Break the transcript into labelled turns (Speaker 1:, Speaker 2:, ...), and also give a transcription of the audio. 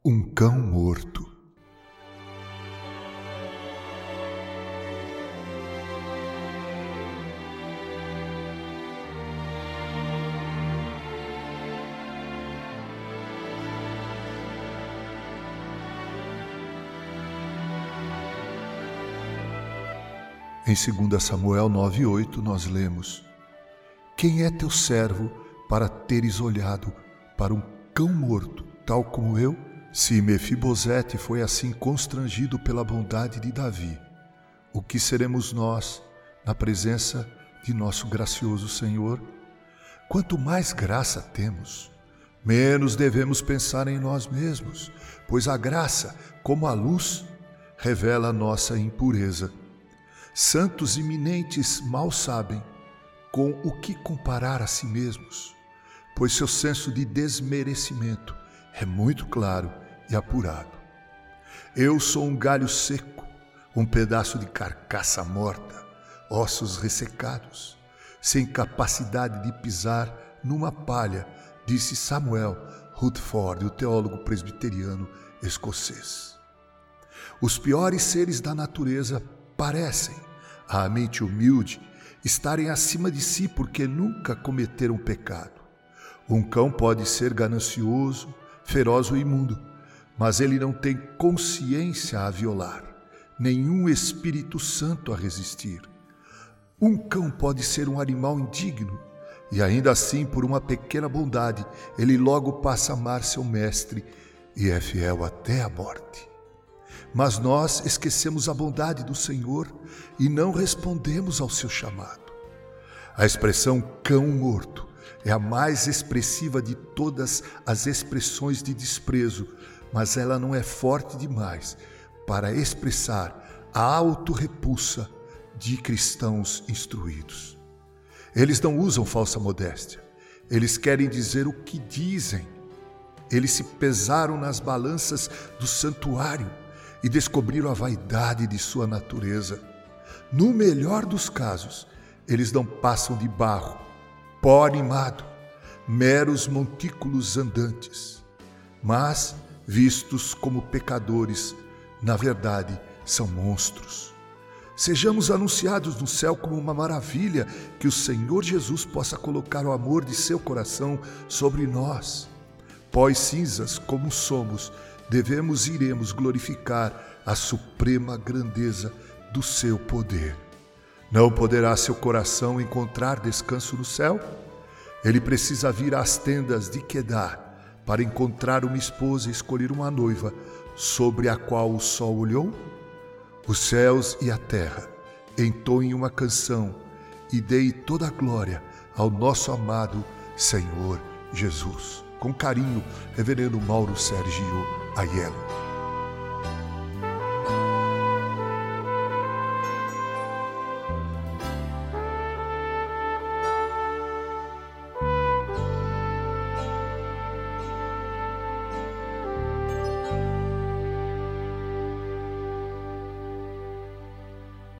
Speaker 1: Um cão morto. Em 2 Samuel 9:8 nós lemos: Quem é teu servo para teres olhado para um cão morto, tal como eu? Se Mefibosete foi assim constrangido pela bondade de Davi, o que seremos nós na presença de nosso gracioso Senhor? Quanto mais graça temos, menos devemos pensar em nós mesmos, pois a graça, como a luz, revela a nossa impureza. Santos iminentes mal sabem com o que comparar a si mesmos, pois seu senso de desmerecimento é muito claro e apurado. Eu sou um galho seco, um pedaço de carcaça morta, ossos ressecados, sem capacidade de pisar numa palha, disse Samuel Rutherford, o teólogo presbiteriano escocês. Os piores seres da natureza parecem, à mente humilde, estarem acima de si porque nunca cometeram pecado. Um cão pode ser ganancioso, feroz ou imundo, mas ele não tem consciência a violar, nenhum Espírito Santo a resistir. Um cão pode ser um animal indigno, e ainda assim, por uma pequena bondade, ele logo passa a amar seu mestre e é fiel até a morte. Mas nós esquecemos a bondade do Senhor e não respondemos ao seu chamado. A expressão cão morto é a mais expressiva de todas as expressões de desprezo, mas ela não é forte demais para expressar a autorrepulsa de cristãos instruídos. Eles não usam falsa modéstia, eles querem dizer o que dizem. Eles se pesaram nas balanças do santuário e descobriram a vaidade de sua natureza. No melhor dos casos, eles não passam de barro, pó animado, meros montículos andantes. Mas, vistos como pecadores, na verdade, são monstros. Sejamos anunciados no céu como uma maravilha, que o Senhor Jesus possa colocar o amor de seu coração sobre nós. Pó e cinzas como somos, devemos e iremos glorificar a suprema grandeza do seu poder. Não poderá seu coração encontrar descanso no céu? Ele precisa vir às tendas de Quedar para encontrar uma esposa e escolher uma noiva sobre a qual o sol olhou? Os céus e a terra entoem uma canção e deem toda a glória ao nosso amado Senhor Jesus. Com carinho, Reverendo Mauro Sérgio Aiello.